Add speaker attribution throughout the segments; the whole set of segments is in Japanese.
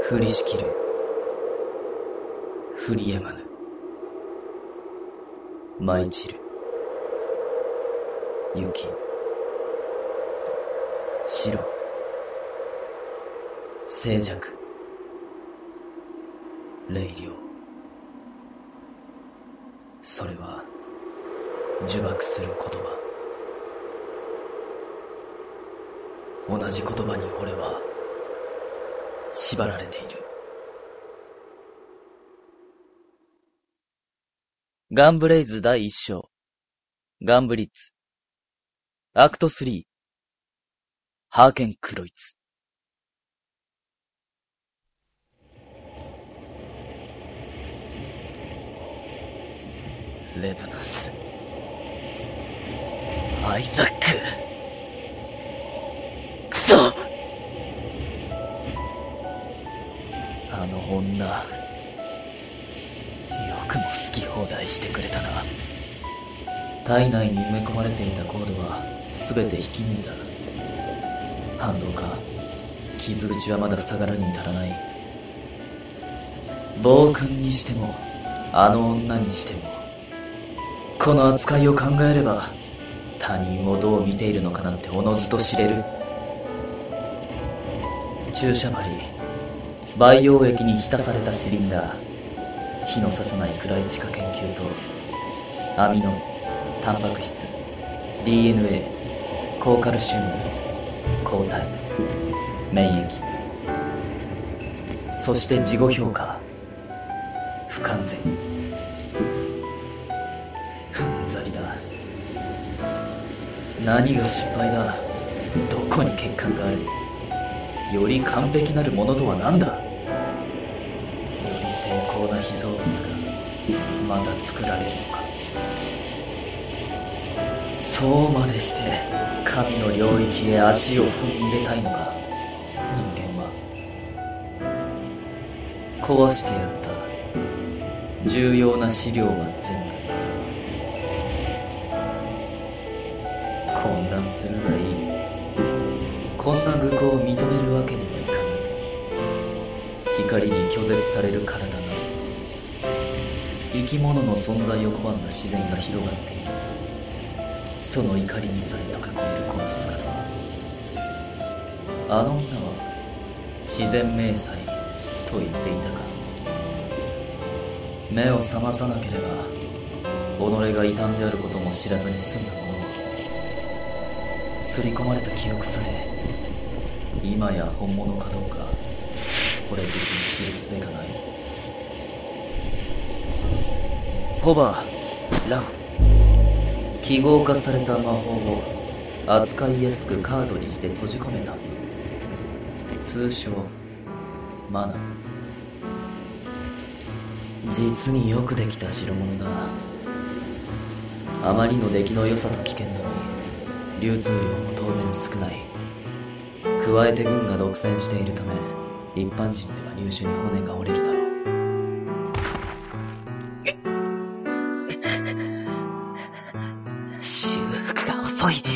Speaker 1: 降りしきる降りやまぬ舞い散る雪白静寂霊涼。それは呪縛する言葉。同じ言葉に俺は縛られている。ガンブレイズ第一章、ガンブリッツアクト3、ハーケンクロイツ。レブナス、アイザック、クソ。あの女、よくも好き放題してくれたな。体内に埋め込まれていたコードは全て引き抜いた。反動か、傷口はまだ塞がるに足らない。暴君にしてもあの女にしても、この扱いを考えれば他人をどう見ているのかなんておのずと知れる。注射針、培養液に浸されたシリンダー、火のささない暗い地下研究とアミノ、タンパク質、 DNA、 高カルシウム、抗体、免疫、そして事後評価、不完全。うんざりだ。何が失敗だ。どこに欠陥がある。より完璧なるものとは何だ。より精巧な被造物がまた作られるのか。そうまでして神の領域へ足を踏み入れたいのか。人間は壊してやった重要な資料は全部。混乱するがいい。こんな愚行を認めるわけにはいかない。光に拒絶される体など、生き物の存在を拒んだ自然が広がっている。その怒りにさえ溶け込めるこの姿は、あの女は自然明細と言っていたか。目を覚まさなければ己が異端であることも知らずに済んだものを、刷り込まれた記憶さえ今や本物かどうか俺自身知るすべがない。ホバー、ラン、記号化された魔法を扱いやすくカードにして閉じ込めた。通称マナ。実によくできた代物だ。あまりの出来の良さと危険度に流通量も当然少ない。加えて軍が独占しているため、一般人では入手に骨が折れるだろう。修復が遅い。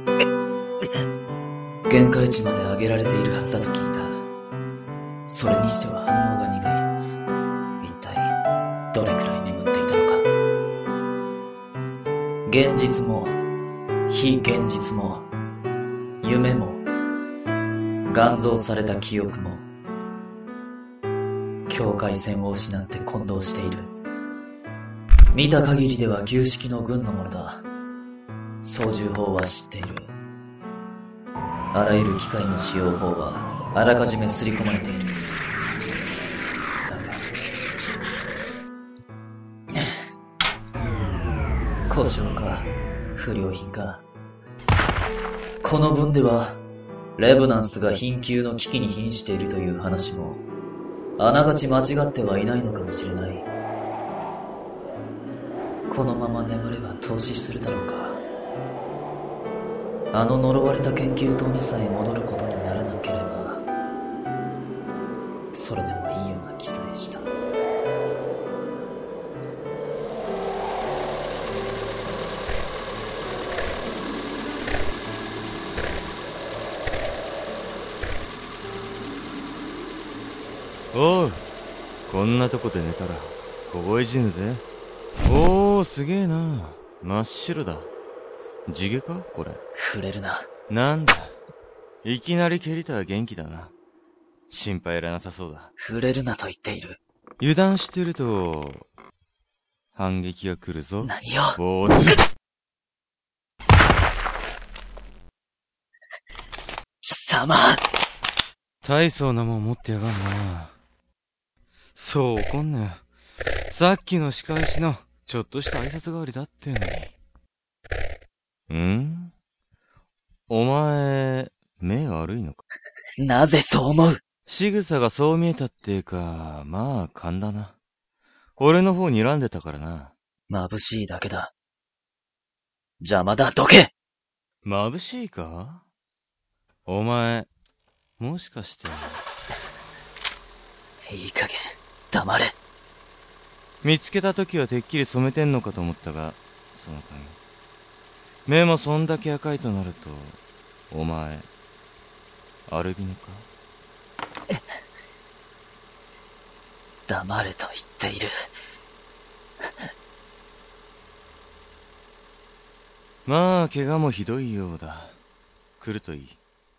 Speaker 1: 限界値まで上げられているはずだと聞いた。それにしては反応が鈍い。一体どれくらい眠っていたのか。現実も非現実も夢も含蔵された記憶も境界線を失って混同している。見た限りでは旧式の軍のものだ。操縦法は知っている。あらゆる機械の使用法はあらかじめ刷り込まれている。だが故障か不良品か。この文ではレブナンスが貧窮の危機に瀕しているという話もあながち間違ってはいないのかもしれない。このまま眠れば投資するだろうか。あの呪われた研究棟にさえ戻ることにならなければ、それでもいいような気さえした。
Speaker 2: おう、こんなとこで寝たら凍え死ぬぜ。おー、すげえな。真っ白だ。地毛かこれ。
Speaker 1: 触れるな。
Speaker 2: なんだ、いきなり蹴りたは元気だな。心配いらなさそうだ。
Speaker 1: 触れるなと言っている。
Speaker 2: 油断してると反撃が来るぞ。
Speaker 1: 何を。
Speaker 2: 坊主。
Speaker 1: 貴様。
Speaker 2: 大層なもん持ってやがんな。そう怒んなよ。さっきの仕返しのちょっとした挨拶代わりだってのに。ん？お前目悪いのか？
Speaker 1: なぜそう思う？
Speaker 2: 仕草がそう見えたってか、まあ勘だな。俺の方睨んでたからな。
Speaker 1: 眩しいだけだ。邪魔だ、どけ！
Speaker 2: 眩しいか？お前もしかして。
Speaker 1: いい加減黙れ。
Speaker 2: 見つけた時はてっきり染めてんのかと思ったが、その髪目もそんだけ赤いとなると、お前アルビノか？
Speaker 1: 黙れと言っている。
Speaker 2: まあ怪我もひどいようだ。来るといい。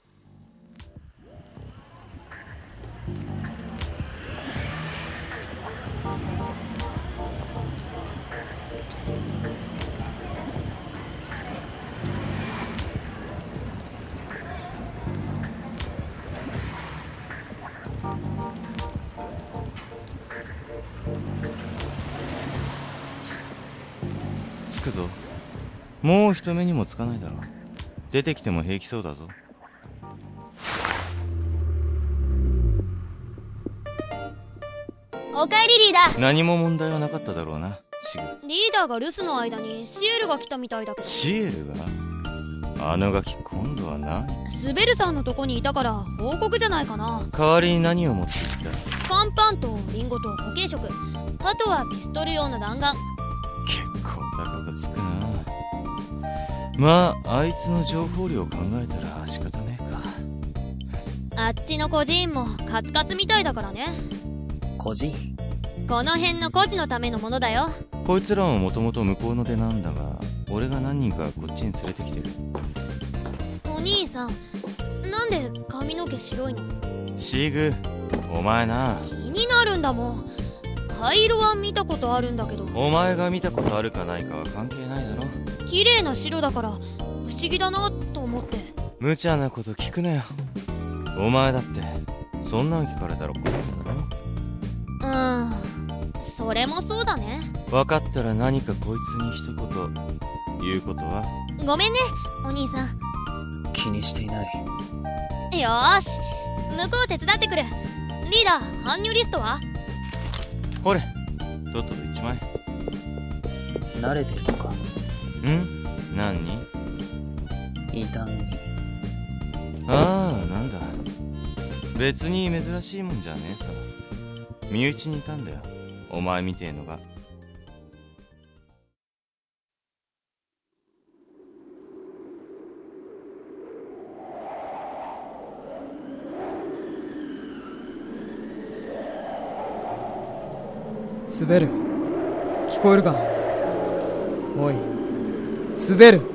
Speaker 2: 着くぞ。もう人目にもつかないだろう。出てきても平気そうだぞ。
Speaker 3: おかえりリーダー。
Speaker 2: 何も問題はなかっただろうな、シグ。
Speaker 3: リーダーが留守の間にシエルが来たみたいだけど。
Speaker 2: シエルが？あのガキ今度は何？
Speaker 3: スベルさんのとこにいたから報告じゃないかな。
Speaker 2: 代わりに何を持ってきた？
Speaker 3: 乾パンとリンゴと固形食、あとはピストル用の弾丸。
Speaker 2: 結構高くつくな。まああいつの情報量を考えたら仕方ねえか。
Speaker 3: あっちの孤児院もカツカツみたいだからね。
Speaker 1: 孤児？
Speaker 3: この辺の孤児のためのものだよ。
Speaker 2: こいつらももともと向こうの出なんだが、俺が何人かこっちに連れてきてる。
Speaker 3: お兄さん、なんで髪の毛白いの？
Speaker 2: シグ、お前な。
Speaker 3: 気になるんだもん。灰色は見たことあるんだけど。
Speaker 2: お前が見たことあるかないかは関係ないだろ。
Speaker 3: 綺麗な白だから不思議だなと思って。
Speaker 2: 無茶なこと聞くなよ。お前だってそんなん聞かれたら困るだろ。
Speaker 3: それもそうだね。
Speaker 2: 分かったら何かこいつに一言言うことは？
Speaker 3: ごめんねお兄さん。
Speaker 1: 気にしていない。
Speaker 3: よーし、向こう手伝ってくる。リーダー、搬入リストは？
Speaker 2: ほれ、とっとと1枚。
Speaker 1: 慣れてるのか？
Speaker 2: ん？何に？
Speaker 1: 異端に。
Speaker 2: ああ、なんだ。別に珍しいもんじゃねえさ。身内にいたんだよ、お前みてえのが。
Speaker 4: 滑る。聞こえるか？おい、滑る。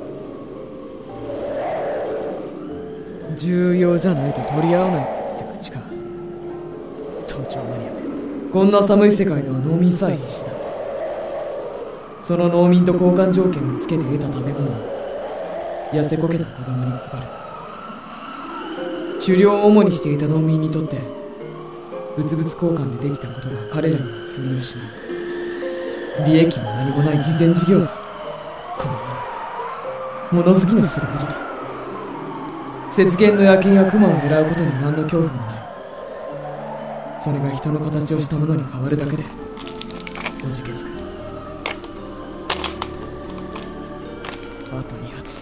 Speaker 4: 重要じゃないと取り合わないって口か。盗聴マニアめ。こんな寒い世界では農民さえ必死だ。その農民と交換条件をつけて得た食べ物を痩せこけた子供に配る。狩猟を主にしていた農民にとって物々交換でできたことが彼らには通用しない。利益も何もない慈善事業だ。このもの物好きのすることだ。雪原の野犬や熊を狙うことに何の恐怖もない。それが人の形をしたものに変わるだけでおじけづく。あと2発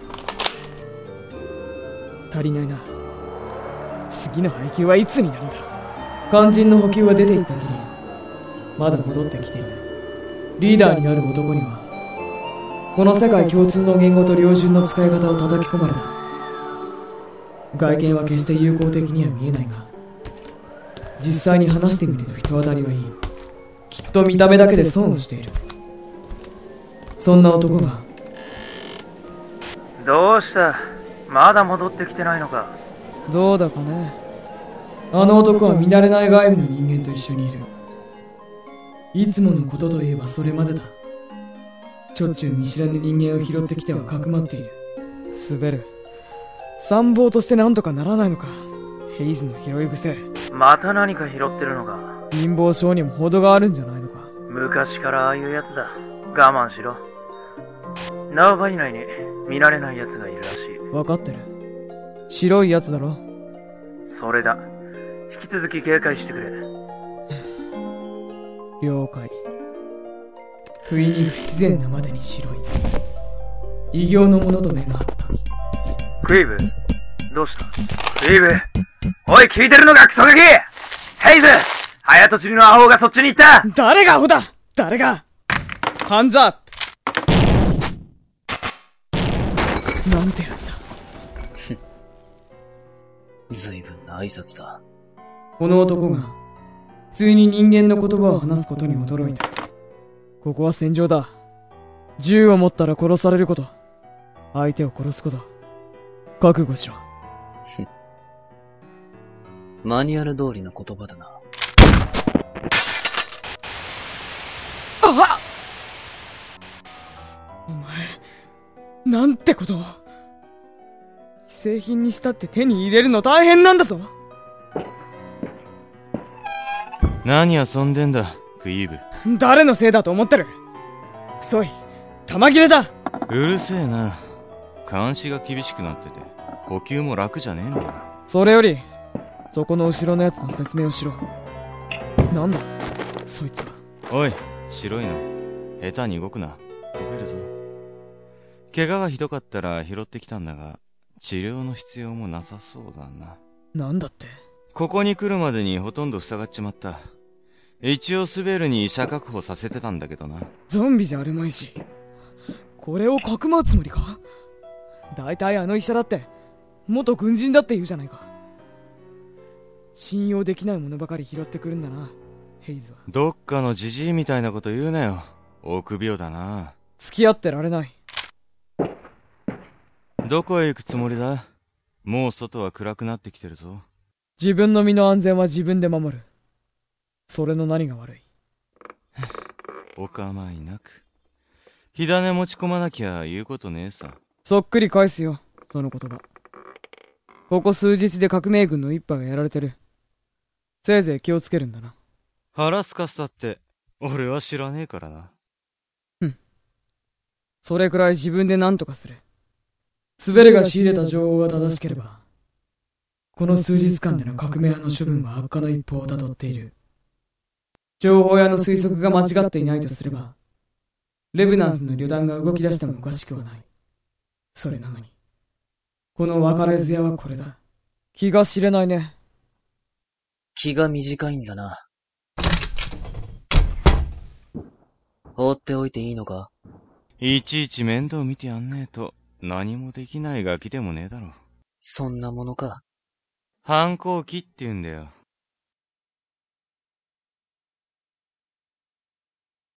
Speaker 4: 足りないな。次の配給はいつになるんだ。肝心の補給は出ていったきりまだ戻ってきていない。リーダーになる男にはこの世界共通の言語と標準の使い方を叩き込まれた。外見は決して友好的には見えないが実際に話してみると人当たりはいい。きっと見た目だけで損をしている。そんな男が。
Speaker 5: どうした？まだ戻ってきてないのか？
Speaker 4: どうだかね。あの男は見慣れない外部の人間と一緒にいる。いつものことといえばそれまでだ。しょっちゅう見知らぬ人間を拾ってきてはかくまっている。滑る。参謀としてなんとかならないのか。ヘイズの拾い癖。
Speaker 5: また何か拾ってるのか？
Speaker 4: 貧乏症にも程があるんじゃないのか。
Speaker 5: 昔からああいうやつだ。我慢しろ。縄張り内に見慣れないやつがいるらしい。
Speaker 4: 分かってる。白いやつだろ。
Speaker 5: それだ。引き続き警戒してくれ。
Speaker 4: 了解。不意に不自然なまでに白い異形のものと目があった。
Speaker 5: クイーブ、どうした？クイーブ、おい聞いてるのかクソガキ！ヘイズ、早とちりのアホがそっちに行った！
Speaker 4: 誰がアホだ！誰が！ハンズアップ！なんてやつだ。
Speaker 1: 随分な挨拶だ。
Speaker 4: この男が普通に人間の言葉を話すことに驚いた。ここは戦場だ。銃を持ったら殺されること、相手を殺すこと、覚悟しろ。
Speaker 1: マニュアル通りの言葉だな。
Speaker 4: あっ！お前、なんてことを。既製品にしたって手に入れるの大変なんだぞ。
Speaker 2: 何遊んでんだ、クイーブ。
Speaker 4: 誰のせいだと思ってる。そい、玉切れだ。
Speaker 2: うるせえな。監視が厳しくなってて補給も楽じゃねえんだよ。
Speaker 4: それよりそこの後ろのやつの説明をしろ。なんだそいつは。
Speaker 2: おい、白いの下手に動くな。焦げるぞ。怪我がひどかったら拾ってきたんだが、治療の必要もなさそうだな。
Speaker 4: なんだって。
Speaker 2: ここに来るまでにほとんど塞がっちまった。一応スベルに医者確保させてたんだけどな。
Speaker 4: ゾンビじゃあるまいし、これをかくまうつもりか。だいたいあの医者だって元軍人だって言うじゃないか。信用できないものばかり拾ってくるんだな、ヘイズは。
Speaker 2: どっかのジジイみたいなこと言うなよ。臆病だな。
Speaker 4: 付き合ってられない。
Speaker 2: どこへ行くつもりだ？もう外は暗くなってきてるぞ。
Speaker 4: 自分の身の安全は自分で守る。それの何が悪い？
Speaker 2: お構いなく。火種持ち込まなきゃ言うことねえさ。
Speaker 4: そっくり返すよ、その言葉。ここ数日で革命軍の一派がやられてる。せいぜい気をつけるんだな。
Speaker 2: 腹すかせたって俺は知らねえからな。
Speaker 4: それくらい自分で何とかする。スベルが仕入れた情報が正しければ、この数日間での革命派の処分は悪化の一方をたどっている。情報屋の推測が間違っていないとすれば、レブナンスの旅団が動き出してもおかしくはない。それなのに、この別れず屋はこれだ。気が知れないね。
Speaker 1: 気が短いんだな。放っておいていいのか？
Speaker 2: いちいち面倒見てやんねえと何もできないガキでもねえだろ。
Speaker 1: そんなものか。
Speaker 2: 反抗期って言うんだよ。